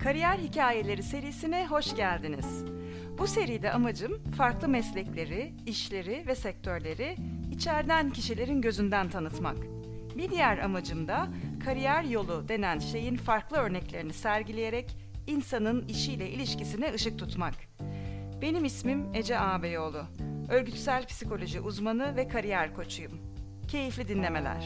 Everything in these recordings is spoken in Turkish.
Kariyer Hikayeleri serisine hoş geldiniz. Bu seride amacım farklı meslekleri, işleri ve sektörleri içeriden kişilerin gözünden tanıtmak. Bir diğer amacım da kariyer yolu denen şeyin farklı örneklerini sergileyerek insanın işiyle ilişkisine ışık tutmak. Benim ismim Ece Ağabeyoğlu. Örgütsel psikoloji uzmanı ve kariyer koçuyum. Keyifli dinlemeler.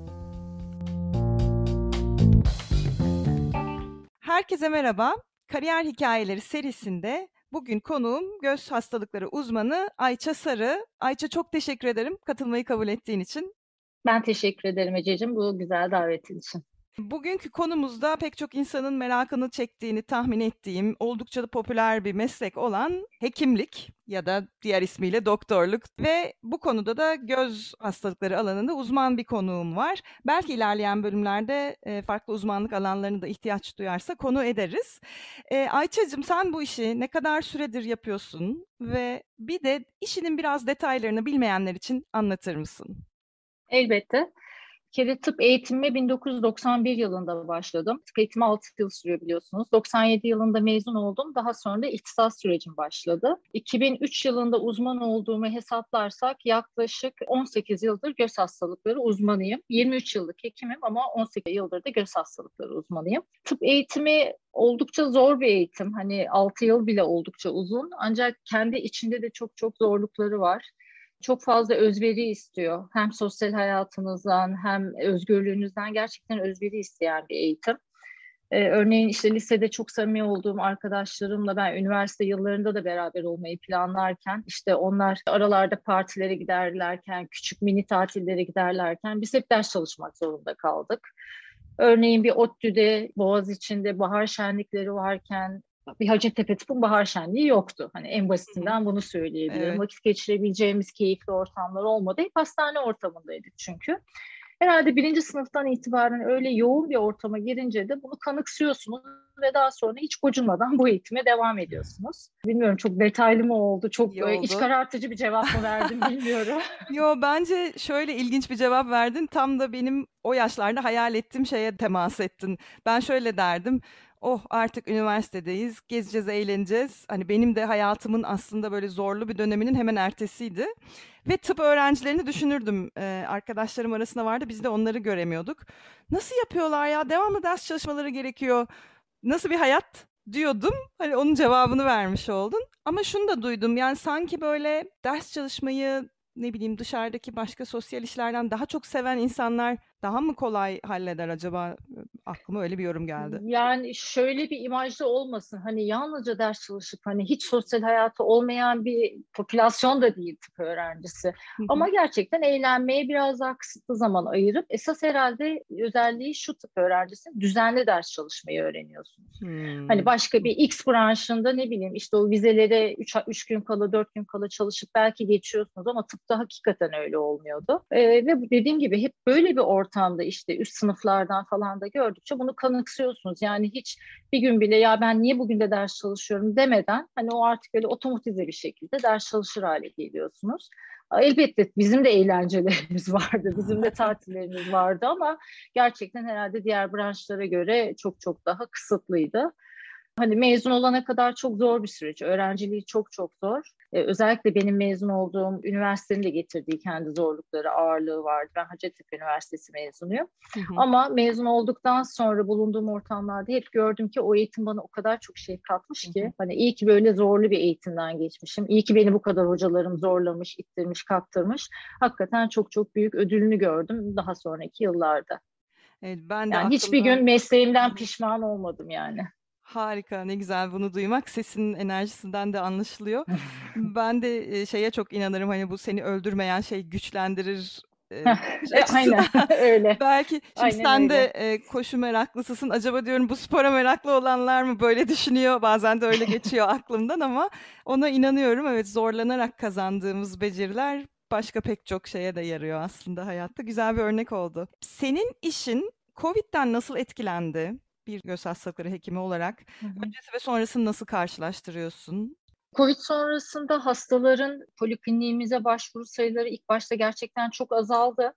Herkese merhaba. Kariyer Hikayeleri serisinde bugün konuğum göz hastalıkları uzmanı Ayça Sarı. Ayça, çok teşekkür ederim katılmayı kabul ettiğin için. Ben teşekkür ederim Ececiğim bu güzel davetin için. Bugünkü konumuzda pek çok insanın merakını çektiğini tahmin ettiğim oldukça da popüler bir meslek olan hekimlik ya da diğer ismiyle doktorluk ve bu konuda da göz hastalıkları alanında uzman bir konuğum var. Belki ilerleyen bölümlerde farklı uzmanlık alanlarını da ihtiyaç duyarsa konu ederiz. Ayça'cığım, sen bu işi ne kadar süredir yapıyorsun ve bir de işinin biraz detaylarını bilmeyenler için anlatır mısın? Elbette. Bir kere tıp eğitimime 1991 yılında başladım. Tıp eğitimi 6 yıl sürüyor biliyorsunuz. 97 yılında mezun oldum. Daha sonra da ihtisas sürecim başladı. 2003 yılında uzman olduğumu hesaplarsak yaklaşık 18 yıldır göz hastalıkları uzmanıyım. 23 yıllık hekimim ama 18 yıldır da göz hastalıkları uzmanıyım. Tıp eğitimi oldukça zor bir eğitim. Hani 6 yıl bile oldukça uzun. Ancak kendi içinde de çok çok zorlukları var. Çok fazla özveri istiyor. Hem sosyal hayatınızdan hem özgürlüğünüzden gerçekten özveri isteyen bir eğitim. Örneğin işte lisede çok samimi olduğum arkadaşlarımla ben üniversite yıllarında da beraber olmayı planlarken işte onlar aralarda partilere giderlerken, küçük mini tatillere giderlerken biz hep ders çalışmak zorunda kaldık. Örneğin bir ODTÜ'de, Boğaziçi'nde bahar şenlikleri varken bir Hacettepe Tıp'ın bahar şenliği yoktu. Hani en Hı hı. basitinden bunu söyleyebilirim. Evet. Vakit geçirebileceğimiz keyifli ortamlar olmadı. Hep hastane ortamındaydık çünkü. Herhalde birinci sınıftan itibaren öyle yoğun bir ortama girince de bunu kanıksıyorsunuz ve daha sonra hiç gocunmadan bu eğitime devam ediyorsunuz. Bilmiyorum çok detaylı mı oldu, çok İyi iç oldu. karartıcı bir cevap mı verdim bilmiyorum. Yo, bence şöyle ilginç bir cevap verdin. Tam da benim o yaşlarda hayal ettiğim şeye temas ettin. Ben şöyle derdim. Oh, artık üniversitedeyiz, gezeceğiz, eğleneceğiz. Hani benim de hayatımın aslında böyle zorlu bir döneminin hemen ertesiydi. Ve tıp öğrencilerini düşünürdüm. Arkadaşlarım arasında vardı, biz de onları göremiyorduk. Nasıl yapıyorlar ya? Devamlı ders çalışmaları gerekiyor. Nasıl bir hayat diyordum. Hani onun cevabını vermiş oldun. Ama şunu da duydum. Yani sanki böyle ders çalışmayı, ne bileyim, dışarıdaki başka sosyal işlerden daha çok seven insanlar daha mı kolay halleder acaba? Aklıma öyle bir yorum geldi. Yani şöyle bir imajda olmasın. Hani yalnızca ders çalışıp hani hiç sosyal hayatı olmayan bir popülasyon da değil tıp öğrencisi. Hı hı. Ama gerçekten eğlenmeye biraz daha kısıtlı zaman ayırıp esas herhalde özelliği şu tıp öğrencisi düzenli ders çalışmayı öğreniyorsunuz. Hani Hmm. başka bir X branşında ne bileyim işte o vizelere 3 gün kala 4 gün kala çalışıp belki geçiyorsunuz ama tıpta hakikaten öyle olmuyordu. Ve dediğim gibi hep böyle bir ortamda işte üst sınıflardan falan da gördükçe bunu kanıksıyorsunuz. Yani hiç bir gün bile ya ben niye bugün de ders çalışıyorum demeden hani o artık böyle otomatize bir şekilde ders çalışır hale geliyorsunuz. Elbette bizim de eğlencelerimiz vardı, bizim de tatillerimiz vardı ama gerçekten herhalde diğer branşlara göre çok çok daha kısıtlıydı. Hani mezun olana kadar çok zor bir süreç. Öğrenciliği çok çok zor. Özellikle benim mezun olduğum üniversitenin de getirdiği kendi zorlukları, ağırlığı vardı. Ben Hacettepe Üniversitesi mezunuyum. Hı hı. Ama mezun olduktan sonra bulunduğum ortamlarda hep gördüm ki o eğitim bana o kadar çok şey katmış Hı ki. hı. Hani iyi ki böyle zorlu bir eğitimden geçmişim. İyi ki beni bu kadar hocalarım zorlamış, ittirmiş, kaktırmış. Hakikaten çok çok büyük ödülünü gördüm daha sonraki yıllarda. Evet, ben de Yani hiçbir aklımda. gün mesleğimden pişman olmadım yani. Harika, ne güzel bunu duymak. Sesinin enerjisinden de anlaşılıyor. Ben de şeye çok inanırım, hani bu seni öldürmeyen şey güçlendirir bakış açısı da. Aynen öyle. Belki şimdi Aynen sen de öyle. koşu meraklısısın. Acaba diyorum, bu spora meraklı olanlar mı böyle düşünüyor? Bazen de öyle geçiyor aklımdan ama ona inanıyorum. Evet, zorlanarak kazandığımız beceriler başka pek çok şeye de yarıyor aslında hayatta. Güzel bir örnek oldu. Senin işin Covid'den nasıl etkilendi? Bir göz hastalıkları hekimi olarak Hı hı. öncesi ve sonrasını nasıl karşılaştırıyorsun? Covid sonrasında hastaların polikliniğimize başvuru sayıları ilk başta gerçekten çok azaldı.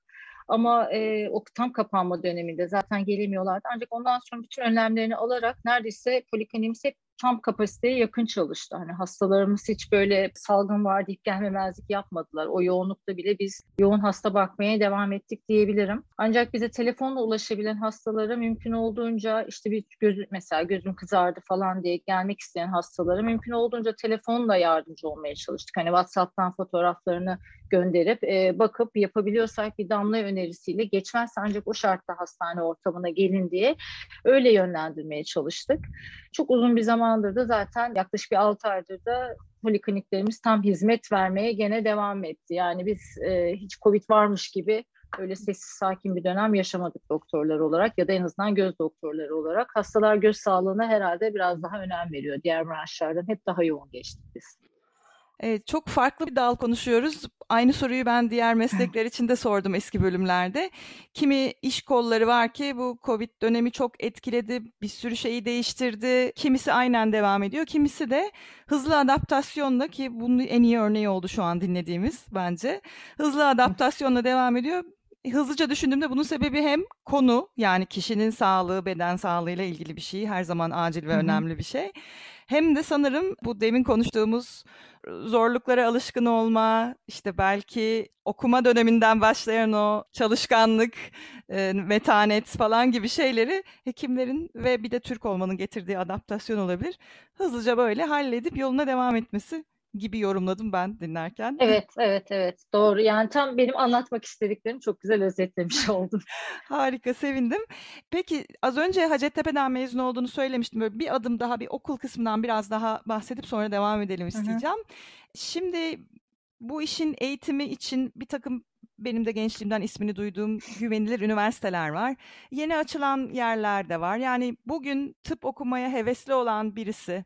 ama o tam kapanma döneminde zaten gelemiyorlardı. Ancak ondan sonra bütün önlemlerini alarak neredeyse polikliniğimiz hep tam kapasiteye yakın çalıştı. Hani hastalarımız hiç böyle salgın var deyip gelmemezlik yapmadılar. O yoğunlukta bile biz yoğun hasta bakmaya devam ettik diyebilirim. Ancak bize telefonla ulaşabilen hastalara mümkün olduğunca işte bir mesela gözüm kızardı falan diye gelmek isteyen hastalara mümkün olduğunca telefonla yardımcı olmaya çalıştık. Hani WhatsApp'tan fotoğraflarını gönderip bakıp yapabiliyorsak bir damla önerisiyle geçmezse ancak o şartta hastane ortamına gelin diye öyle yönlendirmeye çalıştık. Çok uzun bir zamandır da zaten yaklaşık bir 6 aydır da polikliniklerimiz tam hizmet vermeye gene devam etti. Yani biz hiç Covid varmış gibi öyle sessiz sakin bir dönem yaşamadık doktorlar olarak ya da en azından göz doktorları olarak. Hastalar göz sağlığına herhalde biraz daha önem veriyor. Diğer branşlardan hep daha yoğun geçtik biz. Evet, çok farklı bir dal konuşuyoruz. Aynı soruyu ben diğer meslekler için de sordum eski bölümlerde. Kimi iş kolları var ki bu Covid dönemi çok etkiledi, bir sürü şeyi değiştirdi. Kimisi aynen devam ediyor, kimisi de hızlı adaptasyonla, ki bunun en iyi örneği oldu şu an dinlediğimiz bence. Hızlı adaptasyonla devam ediyor. Hızlıca düşündüğümde bunun sebebi hem konu, yani kişinin sağlığı, beden sağlığıyla ilgili bir şey, her zaman acil ve önemli bir şey. Hem de sanırım bu demin konuştuğumuz zorluklara alışkın olma, işte belki okuma döneminden başlayan o çalışkanlık, metanet falan gibi şeyleri hekimlerin ve bir de Türk olmanın getirdiği adaptasyon olabilir. Hızlıca böyle halledip yoluna devam etmesi gibi yorumladım ben dinlerken. Evet, evet, evet. Doğru. Yani tam benim anlatmak istediklerimi çok güzel özetlemiş oldum. Harika, sevindim. Peki az önce Hacettepe'den mezun olduğunu söylemiştim. Böyle bir adım daha bir okul kısmından biraz daha bahsedip sonra devam edelim Hı hı. isteyeceğim. Şimdi bu işin eğitimi için bir takım, benim de gençliğimden ismini duyduğum güvenilir üniversiteler var. Yeni açılan yerler de var. Yani bugün tıp okumaya hevesli olan birisi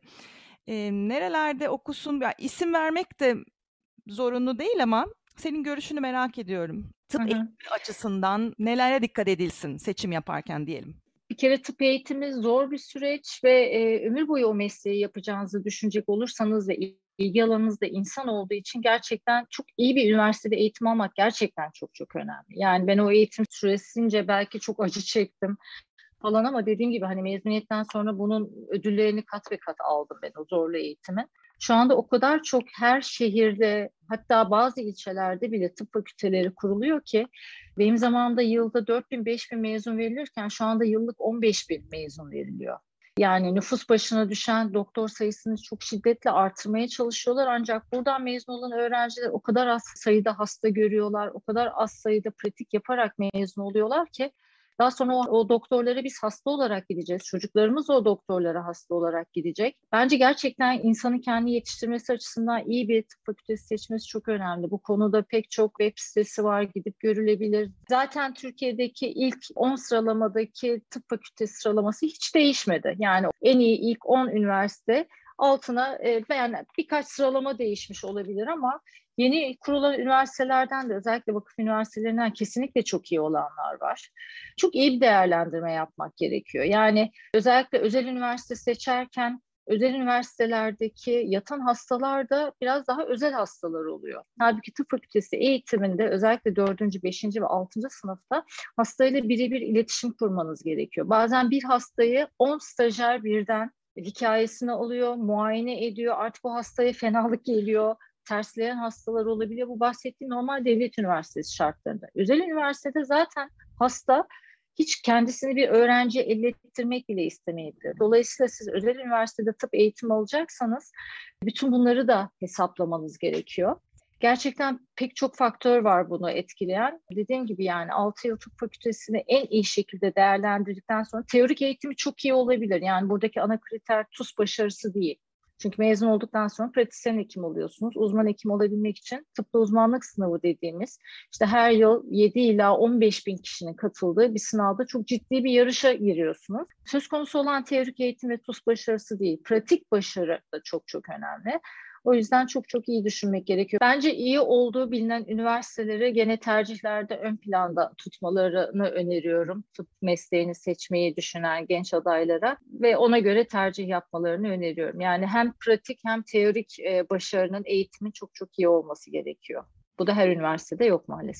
nerelerde okusun? Ya, isim vermek de zorunlu değil ama senin görüşünü merak ediyorum. Hı Tıp hı. eğitimi açısından nelere dikkat edilsin seçim yaparken diyelim. Bir kere tıp eğitimi zor bir süreç ve ömür boyu o mesleği yapacağınızı düşünecek olursanız ve ilgi alanınız da insan olduğu için gerçekten çok iyi bir üniversitede eğitim almak gerçekten çok çok önemli. Yani ben o eğitim süresince belki çok acı çektim falan ama dediğim gibi hani mezuniyetten sonra bunun ödüllerini kat ve kat aldım ben o zorlu eğitimin. Şu anda o kadar çok her şehirde hatta bazı ilçelerde bile tıp fakülteleri kuruluyor ki benim zamanımda yılda 4.000-5.000 mezun verilirken şu anda yıllık 15.000 mezun veriliyor. Yani nüfus başına düşen doktor sayısını çok şiddetle artırmaya çalışıyorlar. Ancak buradan mezun olan öğrenciler o kadar az sayıda hasta görüyorlar, o kadar az sayıda pratik yaparak mezun oluyorlar ki daha sonra o doktorlara biz hasta olarak gideceğiz. Çocuklarımız o doktorlara hasta olarak gidecek. Bence gerçekten insanın kendini yetiştirmesi açısından iyi bir tıp fakültesi seçmesi çok önemli. Bu konuda pek çok web sitesi var, gidip görülebilir. Zaten Türkiye'deki ilk 10 sıralamadaki tıp fakültesi sıralaması hiç değişmedi. Yani en iyi ilk 10 üniversite altına yani birkaç sıralama değişmiş olabilir ama yeni kurulan üniversitelerden de özellikle vakıf üniversitelerinden kesinlikle çok iyi olanlar var. Çok iyi bir değerlendirme yapmak gerekiyor. Yani özellikle özel üniversite seçerken özel üniversitelerdeki yatan hastalar da biraz daha özel hastalar oluyor. Halbuki tıp fakültesi eğitiminde özellikle 4., 5. ve 6. sınıfta hastayla birebir iletişim kurmanız gerekiyor. Bazen bir hastayı 10 stajyer birden hikayesini alıyor, muayene ediyor. Artık o hastaya fenalık geliyor, tersleyen hastalar olabiliyor. Bu bahsettiğim normal devlet üniversitesi şartlarında. Özel üniversitede zaten hasta hiç kendisini bir öğrenciye ellettirmek bile istemeyebilir. Dolayısıyla siz özel üniversitede tıp eğitimi alacaksanız bütün bunları da hesaplamanız gerekiyor. Gerçekten pek çok faktör var bunu etkileyen. Dediğim gibi yani 6 yıl tıp fakültesini en iyi şekilde değerlendirdikten sonra teorik eğitimi çok iyi olabilir. Yani buradaki ana kriter TUS başarısı değil. Çünkü mezun olduktan sonra pratisyen hekim oluyorsunuz. Uzman hekim olabilmek için tıpta uzmanlık sınavı dediğimiz işte her yıl 7 ila 15 bin kişinin katıldığı bir sınavda çok ciddi bir yarışa giriyorsunuz. Söz konusu olan teorik eğitim ve TUS başarısı değil, pratik başarı da çok çok önemli. O yüzden çok çok iyi düşünmek gerekiyor. Bence iyi olduğu bilinen üniversiteleri gene tercihlerde ön planda tutmalarını öneriyorum. Tıp mesleğini seçmeyi düşünen genç adaylara ve ona göre tercih yapmalarını öneriyorum. Yani hem pratik hem teorik başarının eğitimin çok çok iyi olması gerekiyor. Bu da her üniversitede yok maalesef.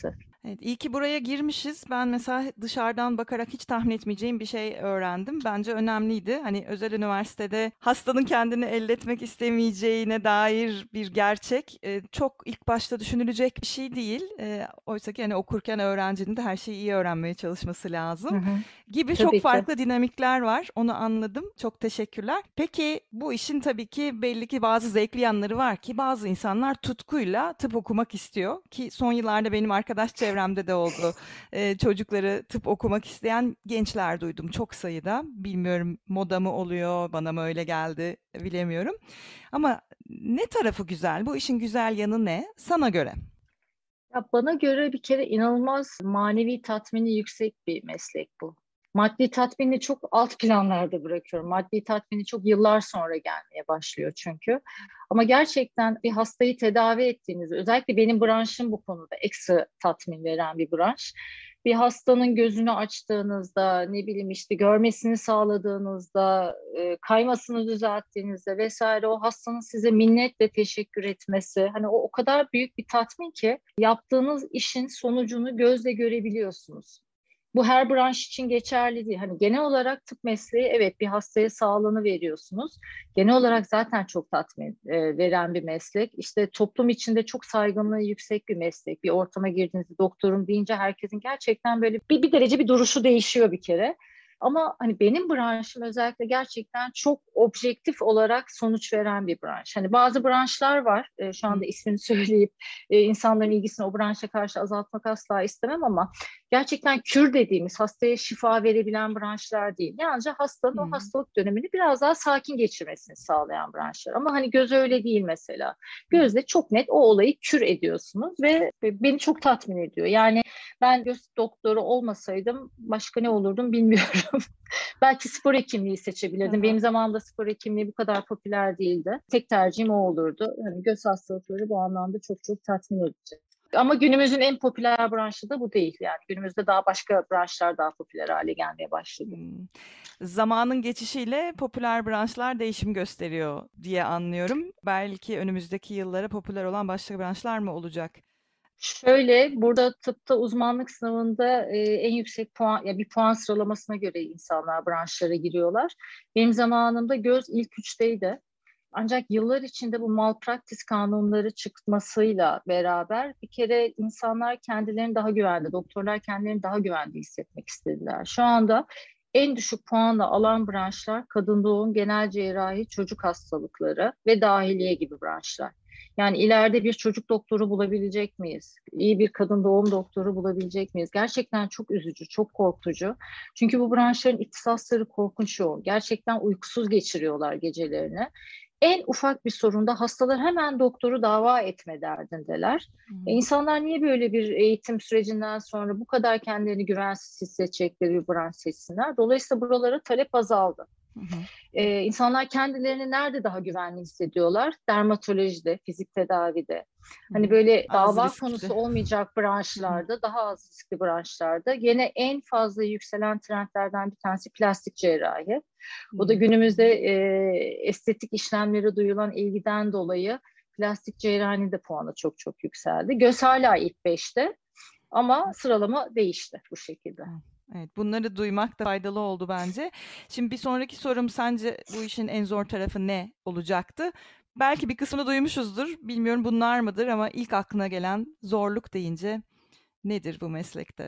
Evet, iyi ki buraya girmişiz. Ben mesela dışarıdan bakarak hiç tahmin etmeyeceğim bir şey öğrendim. Bence önemliydi. Hani özel üniversitede hastanın kendini elletmek istemeyeceğine dair bir gerçek çok ilk başta düşünülecek bir şey değil. Oysa ki hani okurken öğrencinin de her şeyi iyi öğrenmeye çalışması Hı lazım hı. gibi çok Tabii ki. farklı dinamikler var. Onu anladım. Çok teşekkürler. Peki bu işin tabii ki belli ki bazı zevkli yanları var ki bazı insanlar tutkuyla tıp okumak istiyor ki son yıllarda benim arkadaş çevremde de oldu. Çocukları tıp okumak isteyen gençler duydum çok sayıda. Bilmiyorum moda mı oluyor, bana mı öyle geldi bilemiyorum. Ama ne tarafı güzel? Bu işin güzel yanı ne sana göre? Ya bana göre bir kere inanılmaz manevi tatmini yüksek bir meslek bu. Maddi tatmini çok alt planlarda bırakıyorum. Maddi tatmini çok yıllar sonra gelmeye başlıyor çünkü. Ama gerçekten bir hastayı tedavi ettiğinizde, özellikle benim branşım bu konuda ekstra tatmin veren bir branş. Bir hastanın gözünü açtığınızda, ne bileyim işte görmesini sağladığınızda, kaymasını düzelttiğinizde vesaire o hastanın size minnetle teşekkür etmesi, hani o kadar büyük bir tatmin ki yaptığınız işin sonucunu gözle görebiliyorsunuz. Bu her branş için geçerli değil. Hani genel olarak tıp mesleği evet bir hastaya sağlığını veriyorsunuz. Genel olarak zaten çok tatmin veren bir meslek. İşte toplum içinde çok saygınlığı yüksek bir meslek. Bir ortama girdiğinizde doktorum deyince herkesin gerçekten böyle bir derece bir duruşu değişiyor bir kere. Ama hani benim branşım özellikle gerçekten çok objektif olarak sonuç veren bir branş. Hani bazı branşlar var, şu anda ismini söyleyip insanların ilgisini o branşa karşı azaltmak asla istemem ama gerçekten kür dediğimiz hastaya şifa verebilen branşlar değil. Yalnızca hastanın o Hmm. hastalık dönemini biraz daha sakin geçirmesini sağlayan branşlar. Ama hani göz öyle değil mesela. Gözle çok net o olayı kür ediyorsunuz ve beni çok tatmin ediyor. Yani ben göz doktoru olmasaydım başka ne olurdum bilmiyorum. Belki spor hekimliği seçebilirdim. Aha. Benim zamanımda spor hekimliği bu kadar popüler değildi. Tek tercihim o olurdu. Yani göz hastalıkları bu anlamda çok çok tatmin edici. Ama günümüzün en popüler branşı da bu değil. Yani günümüzde daha başka branşlar daha popüler hale gelmeye başladı. Hmm. Zamanın geçişiyle popüler branşlar değişim gösteriyor diye anlıyorum. Belki önümüzdeki yıllara popüler olan başka branşlar mı olacak? Şöyle burada tıpta uzmanlık sınavında en yüksek puan ya bir puan sıralamasına göre insanlar branşlara giriyorlar. Benim zamanımda göz ilk üçteydi. Ancak yıllar içinde bu malpraktis kanunları çıkmasıyla beraber bir kere insanlar kendilerini daha güvende, doktorlar kendilerini daha güvende hissetmek istediler. Şu anda en düşük puanla alan branşlar kadın doğum, genel cerrahi, çocuk hastalıkları ve dahiliye gibi branşlar. Yani ileride bir çocuk doktoru bulabilecek miyiz? İyi bir kadın doğum doktoru bulabilecek miyiz? Gerçekten çok üzücü, çok korkutucu. Çünkü bu branşların ihtisasları korkunç yoğun. Gerçekten uykusuz geçiriyorlar gecelerini. En ufak bir sorunda hastalar hemen doktoru dava etme derdindeler. Hmm. İnsanlar niye böyle bir eğitim sürecinden sonra bu kadar kendilerini güvensiz hissedecekleri bir branş seçsinler? Dolayısıyla buralara talep azaldı. Hı hı. İnsanlar kendilerini nerede daha güvenli hissediyorlar? Dermatolojide, fizik tedavide. Hı Hani hı. böyle Az dava riskli. konusu olmayacak Hı hı. branşlarda, daha az riskli branşlarda. Gene en fazla yükselen trendlerden bir tanesi plastik cerrahi. O da Hmm. günümüzde estetik işlemlere duyulan ilgiden dolayı plastik cerrahinin de puanı çok çok yükseldi. Göz hala ilk beşte ama sıralama değişti bu şekilde. Hı. Evet, bunları duymak da faydalı oldu bence. Şimdi bir sonraki sorum sence bu işin en zor tarafı ne olacaktı? Belki bir kısmını duymuşuzdur. Bilmiyorum bunlar mıdır ama ilk aklına gelen zorluk deyince nedir bu meslekte?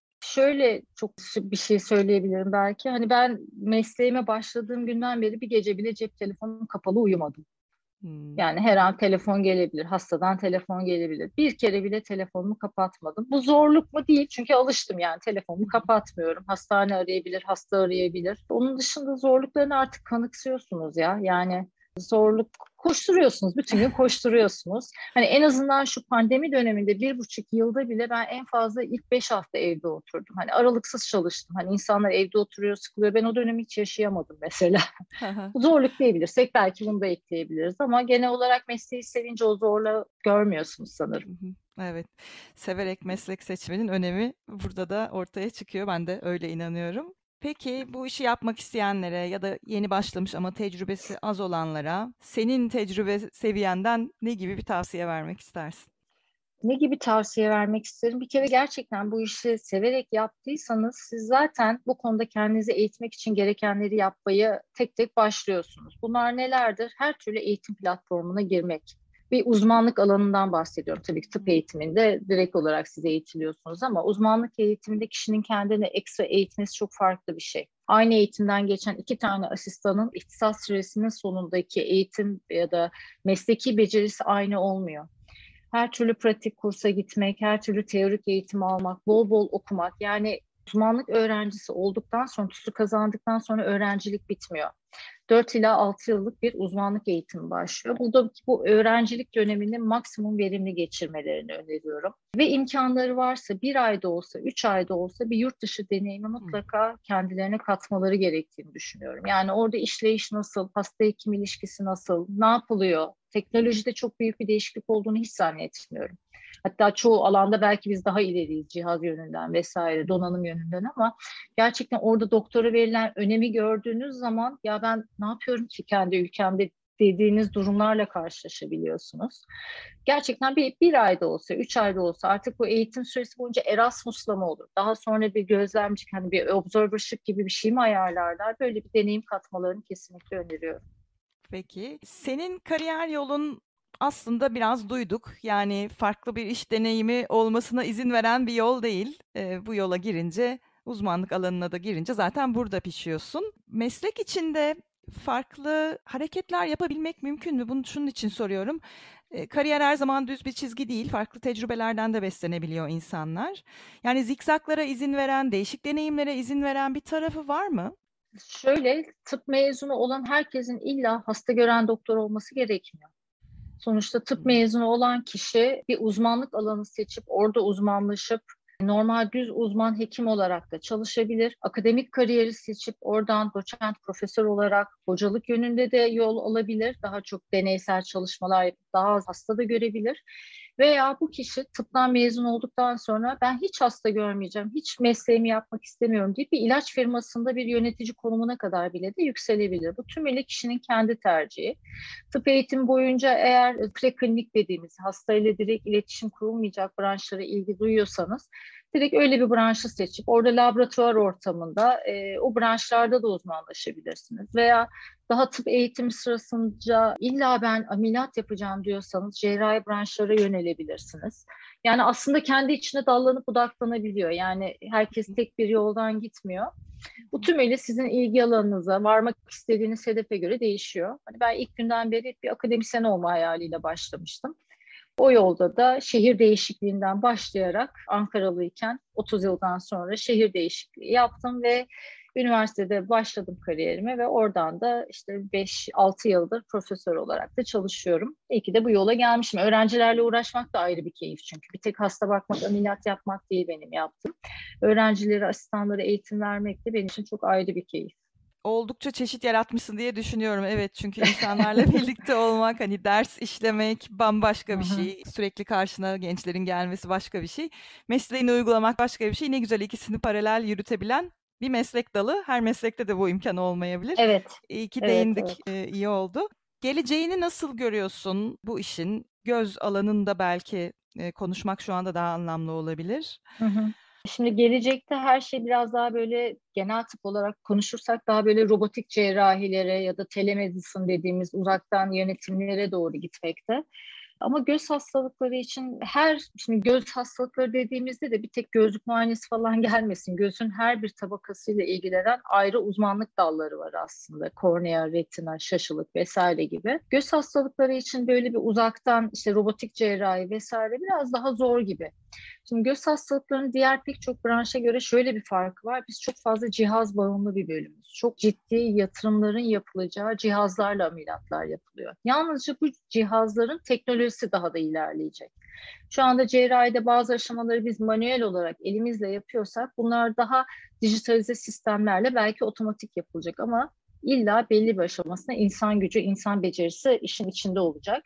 Şöyle çok bir şey söyleyebilirim belki. Hani ben mesleğime başladığım günden beri bir gece bile cep telefonum kapalı uyumadım. Hmm. Yani her an telefon gelebilir, hastadan telefon gelebilir. Bir kere bile telefonumu kapatmadım. Bu zorluk mu değil çünkü alıştım yani telefonumu kapatmıyorum. Hastane arayabilir, hasta arayabilir. Onun dışında zorluklarını artık kanıksıyorsunuz ya. Yani zorluk koşturuyorsunuz, bütün gün koşturuyorsunuz. Hani en azından şu pandemi döneminde 1,5 yılda bile ben en fazla ilk 5 hafta evde oturdum. Hani aralıksız çalıştım. Hani insanlar evde oturuyor, sıkılıyor. Ben o dönemi hiç yaşayamadım mesela. Zorluk diyebilirsek belki bunu da ekleyebiliriz ama genel olarak mesleği sevince o zorluğu görmüyorsunuz sanırım. Hı hı. Evet, severek meslek seçmenin önemi burada da ortaya çıkıyor. Ben de öyle inanıyorum. Peki bu işi yapmak isteyenlere ya da yeni başlamış ama tecrübesi az olanlara senin tecrübe seviyenden ne gibi bir tavsiye vermek istersin? Ne gibi tavsiye vermek isterim? Bir kere gerçekten bu işi severek yaptıysanız siz zaten bu konuda kendinizi eğitmek için gerekenleri yapmaya tek tek başlıyorsunuz. Bunlar nelerdir? Her türlü eğitim platformuna girmek. Bir uzmanlık alanından bahsediyorum. Tabii ki tıp eğitiminde direkt olarak siz eğitiliyorsunuz ama uzmanlık eğitiminde kişinin kendine ekstra eğitmesi çok farklı bir şey. Aynı eğitimden geçen iki tane asistanın ihtisas süresinin sonundaki eğitim ya da mesleki becerisi aynı olmuyor. Her türlü pratik kursa gitmek, her türlü teorik eğitim almak, bol bol okumak. Yani uzmanlık öğrencisi olduktan sonra, TUS'u kazandıktan sonra öğrencilik bitmiyor. 4 ila 6 yıllık bir uzmanlık eğitimi başlıyor. Burada bu öğrencilik dönemini maksimum verimli geçirmelerini öneriyorum. Ve imkanları varsa 1 ayda olsa, 3 ayda olsa bir yurt dışı deneyimi mutlaka kendilerine katmaları gerektiğini düşünüyorum. Yani orada işleyiş nasıl, hasta hekim ilişkisi nasıl, ne yapılıyor? Teknolojide çok büyük bir değişiklik olduğunu hiç zannetmiyorum. Hatta çoğu alanda belki biz daha ileriyiz cihaz yönünden vesaire, donanım yönünden ama gerçekten orada doktora verilen önemi gördüğünüz zaman ya ben ne yapıyorum ki kendi ülkemde dediğiniz durumlarla karşılaşabiliyorsunuz. Gerçekten bir ayda olsa, 3 ayda olsa artık bu eğitim süresi boyunca Erasmus'la mı olur? Daha sonra bir gözlemci, hani bir observership gibi bir şey mi ayarlarlar? Böyle bir deneyim katmalarını kesinlikle öneriyorum. Peki. Senin kariyer yolun aslında biraz duyduk. Yani farklı bir iş deneyimi olmasına izin veren bir yol değil. Bu yola girince, uzmanlık alanına da girince zaten burada pişiyorsun. Meslek içinde farklı hareketler yapabilmek mümkün mü? Bunu şunun için soruyorum. Kariyer her zaman düz bir çizgi değil. Farklı tecrübelerden de beslenebiliyor insanlar. Yani zikzaklara izin veren, değişik deneyimlere izin veren bir tarafı var mı? Şöyle tıp mezunu olan herkesin illa hasta gören doktor olması gerekmiyor. Sonuçta tıp mezunu olan kişi bir uzmanlık alanı seçip orada uzmanlaşıp normal düz uzman hekim olarak da çalışabilir. Akademik kariyeri seçip oradan doçent, profesör olarak hocalık yönünde de yol alabilir. Daha çok deneysel çalışmalar yapıp daha az hasta da görebilir. Veya bu kişi tıptan mezun olduktan sonra ben hiç hasta görmeyeceğim, hiç mesleğimi yapmak istemiyorum deyip bir ilaç firmasında bir yönetici konumuna kadar bile de yükselebilir. Bu tümüyle kişinin kendi tercihi. Tıp eğitimi boyunca eğer preklinik dediğimiz hastayla direkt iletişim kurulmayacak branşlara ilgi duyuyorsanız direkt öyle bir branşı seçip orada laboratuvar ortamında o branşlarda da uzmanlaşabilirsiniz. Veya daha tıp eğitimi sırasında illa ben ameliyat yapacağım diyorsanız cerrahi branşlara yönelebilirsiniz. Yani aslında kendi içine dallanıp budaklanabiliyor. Yani herkes tek bir yoldan gitmiyor. Bu tümüyle sizin ilgi alanınıza, varmak istediğiniz hedefe göre değişiyor. Hani ben ilk günden beri bir akademisyen olma hayaliyle başlamıştım. O yolda da şehir değişikliğinden başlayarak Ankaralıyken 30 yıldan sonra şehir değişikliği yaptım ve üniversitede başladım kariyerime ve oradan da işte 5-6 yıldır profesör olarak da çalışıyorum. İyi ki de bu yola gelmişim. Öğrencilerle uğraşmak da ayrı bir keyif çünkü. Bir tek hasta bakmak, ameliyat yapmak değil benim yaptığım. Öğrencilere, asistanlara eğitim vermek de benim için çok ayrı bir keyif. Oldukça çeşit yaratmışsın diye düşünüyorum. Evet, çünkü insanlarla birlikte olmak, hani ders işlemek Hı bambaşka bir hı. şey. Sürekli karşına gençlerin gelmesi başka bir şey. Mesleğini uygulamak başka bir şey. Ne güzel ikisini paralel yürütebilen bir meslek dalı. Her meslekte de bu imkan olmayabilir. Evet, İyi ki evet, evet. değindik, iyi oldu. Geleceğini nasıl görüyorsun bu işin? Göz alanında belki konuşmak şu anda daha anlamlı olabilir. Hı hı. Şimdi gelecekte her şey biraz daha böyle genel tıp olarak konuşursak daha böyle robotik cerrahilere ya da telemedicine dediğimiz uzaktan yönetimlere doğru gitmekte. Ama göz hastalıkları için şimdi göz hastalıkları dediğimizde de bir tek gözlük muayenesi falan gelmesin. Gözün her bir tabakasıyla ilgilenen ayrı uzmanlık dalları var aslında. Kornea, retina, şaşılık vesaire gibi. Göz hastalıkları için böyle bir uzaktan işte robotik cerrahi vesaire biraz daha zor gibi. Şimdi göz hastalıklarının diğer pek çok branşa göre şöyle bir farkı var. Biz çok fazla cihaz bağımlı bir bölümüz. Çok ciddi yatırımların yapılacağı cihazlarla ameliyatlar yapılıyor. Yalnızca bu cihazların teknolojisi daha da ilerleyecek. Şu anda cerrahide bazı aşamaları biz manuel olarak elimizle yapıyorsak bunlar daha dijitalize sistemlerle belki otomatik yapılacak ama illa belli bir aşamasında insan gücü, insan becerisi işin içinde olacak.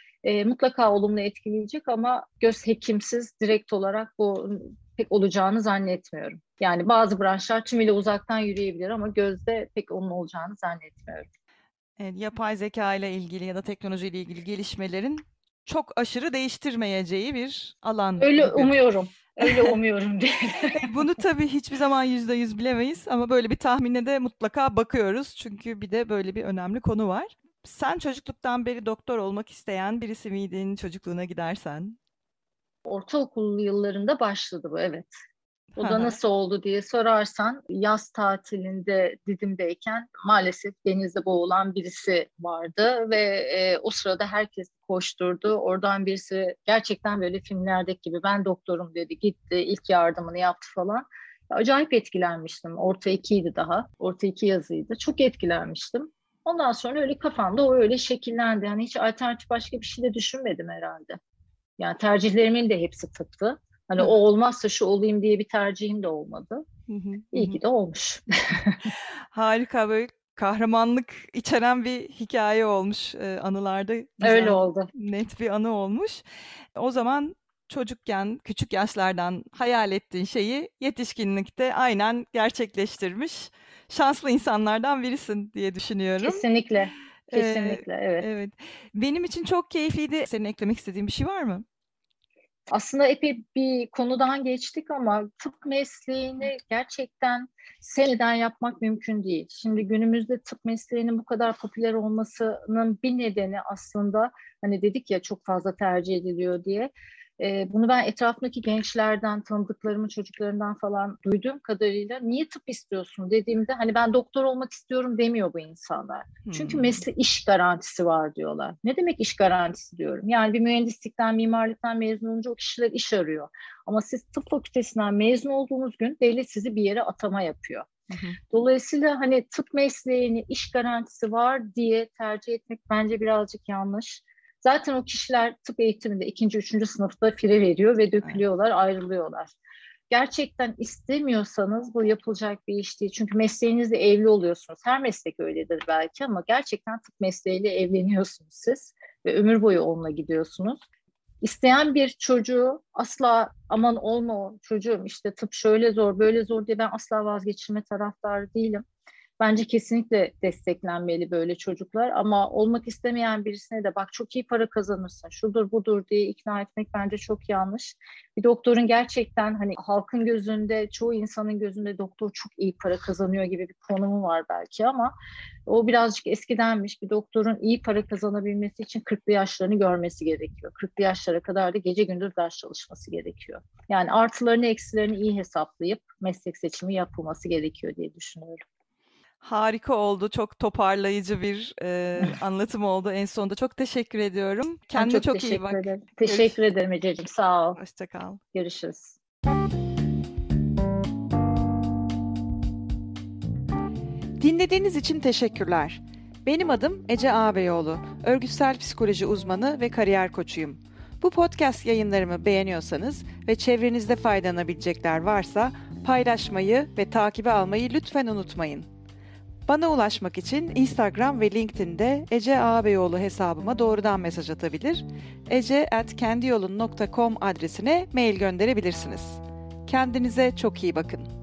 Mutlaka olumlu etkileyecek ama göz hekimsiz direkt olarak bu pek olacağını zannetmiyorum. Yani bazı branşlar tümüyle uzaktan yürüyebilir ama gözde pek onun olacağını zannetmiyorum. Yapay zeka ile ilgili ya da teknolojiyle ilgili gelişmelerin çok aşırı değiştirmeyeceği bir alan Öyle gibi. umuyorum. Öyle umuyorum diye. Bunu tabii hiçbir zaman %100 bilemeyiz ama böyle bir tahmine de mutlaka bakıyoruz. Çünkü bir de böyle bir önemli konu var. Sen çocukluktan beri doktor olmak isteyen birisi miydin çocukluğuna gidersen? Ortaokul yıllarında başladı bu, evet. Hı Bu da hı. nasıl oldu diye sorarsan, yaz tatilinde Didim'deyken maalesef denizde boğulan birisi vardı ve o sırada herkes koşturdu. Oradan birisi gerçekten böyle filmlerdeki gibi ben doktorum dedi, gitti, ilk yardımını yaptı falan. Acayip etkilenmiştim. Orta 2'ydi daha. Orta 2 yazıydı. Çok etkilenmiştim. Ondan sonra öyle kafamda o öyle şekillendi. Yani hiç alternatif başka bir şey de düşünmedim herhalde. Yani tercihlerimin de hepsi tıptı. Hani Hı o olmazsa şu olayım diye bir tercihim de olmadı. hı, hı İyi hı. ki de olmuş. Harika, böyle kahramanlık içeren bir hikaye olmuş. Anılarda Öyle güzel, oldu. net bir anı olmuş. O zaman çocukken, küçük yaşlardan hayal ettiğin şeyi yetişkinlikte aynen gerçekleştirmiş şanslı insanlardan birisin diye düşünüyorum. Kesinlikle. Ee, Kesinlikle, evet. evet. Benim için çok keyifliydi. Senin eklemek istediğin bir şey var mı? Aslında epey bir konudan geçtik ama tıp mesleğini gerçekten sevmeden yapmak mümkün değil. Şimdi günümüzde tıp mesleğinin bu kadar popüler olmasının bir nedeni aslında, hani dedik ya çok fazla tercih ediliyor diye. Bunu ben etrafımdaki gençlerden, tanıdıklarımın çocuklarından falan duyduğum kadarıyla niye tıp istiyorsun dediğimde hani ben doktor olmak istiyorum demiyor bu insanlar. Çünkü Hmm. mesleği iş garantisi var diyorlar. Ne demek iş garantisi diyorum? Yani bir mühendislikten, mimarlıktan mezun olunca o kişiler iş arıyor. Ama siz tıp fakültesinden mezun olduğunuz gün devlet sizi bir yere atama yapıyor. Hı hı. Dolayısıyla hani tıp mesleğini iş garantisi var diye tercih etmek bence birazcık yanlış. Zaten o kişiler tıp eğitiminde ikinci, üçüncü sınıfta fire veriyor ve Evet. dökülüyorlar, ayrılıyorlar. Gerçekten istemiyorsanız bu yapılacak bir iş değil. Çünkü mesleğinizle evli oluyorsunuz. Her meslek öyledir belki ama gerçekten tıp mesleğiyle evleniyorsunuz siz ve ömür boyu onunla gidiyorsunuz. İsteyen bir çocuğu asla aman olma o çocuğum işte tıp şöyle zor böyle zor diye ben asla vazgeçirme taraftarı değilim. Bence kesinlikle desteklenmeli böyle çocuklar ama olmak istemeyen birisine de bak çok iyi para kazanırsın, şudur budur diye ikna etmek bence çok yanlış. Bir doktorun gerçekten hani halkın gözünde, çoğu insanın gözünde doktor çok iyi para kazanıyor gibi bir konumu var belki ama o birazcık eskidenmiş. Bir doktorun iyi para kazanabilmesi için 40'lı yaşlarını görmesi gerekiyor. 40'lı yaşlara kadar da gece gündüz ders çalışması gerekiyor. Yani artılarını eksilerini iyi hesaplayıp meslek seçimi yapılması gerekiyor diye düşünüyorum. Harika oldu. Çok toparlayıcı bir anlatım oldu en sonunda. Çok teşekkür ediyorum. Ben Kendine çok çok iyi teşekkür bak. ederim. Teşekkür ederim Ececiğim. Sağ ol. Hoşça kal. Görüşürüz. Dinlediğiniz için teşekkürler. Benim adım Ece Ağabeyoğlu, örgütsel psikoloji uzmanı ve kariyer koçuyum. Bu podcast yayınlarımı beğeniyorsanız ve çevrenizde faydalanabilecekler varsa paylaşmayı ve takibe almayı lütfen unutmayın. Bana ulaşmak için Instagram ve LinkedIn'de Ece Ağabeyoğlu hesabıma doğrudan mesaj atabilir, ece@kendiyolun.com adresine mail gönderebilirsiniz. Kendinize çok iyi bakın.